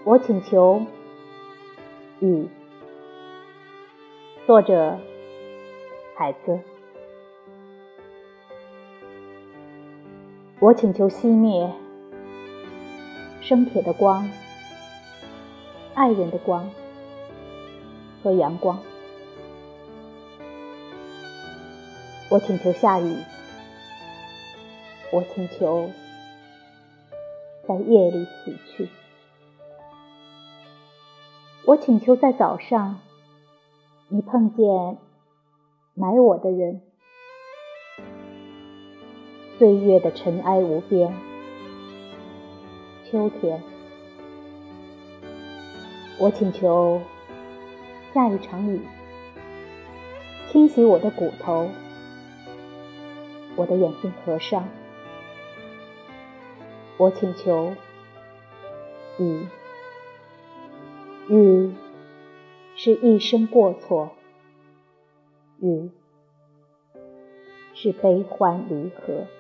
我请求雨。作者海哥。我请求熄灭生铁的光、爱人的光和阳光。我请求下雨。我请求在夜里死去。我请求在早上你碰见买我的人。岁月的尘埃无边。秋天。我请求下一场雨，清洗我的骨头，我的眼睛合上。我请求雨。雨是一生过错，雨是悲欢离合。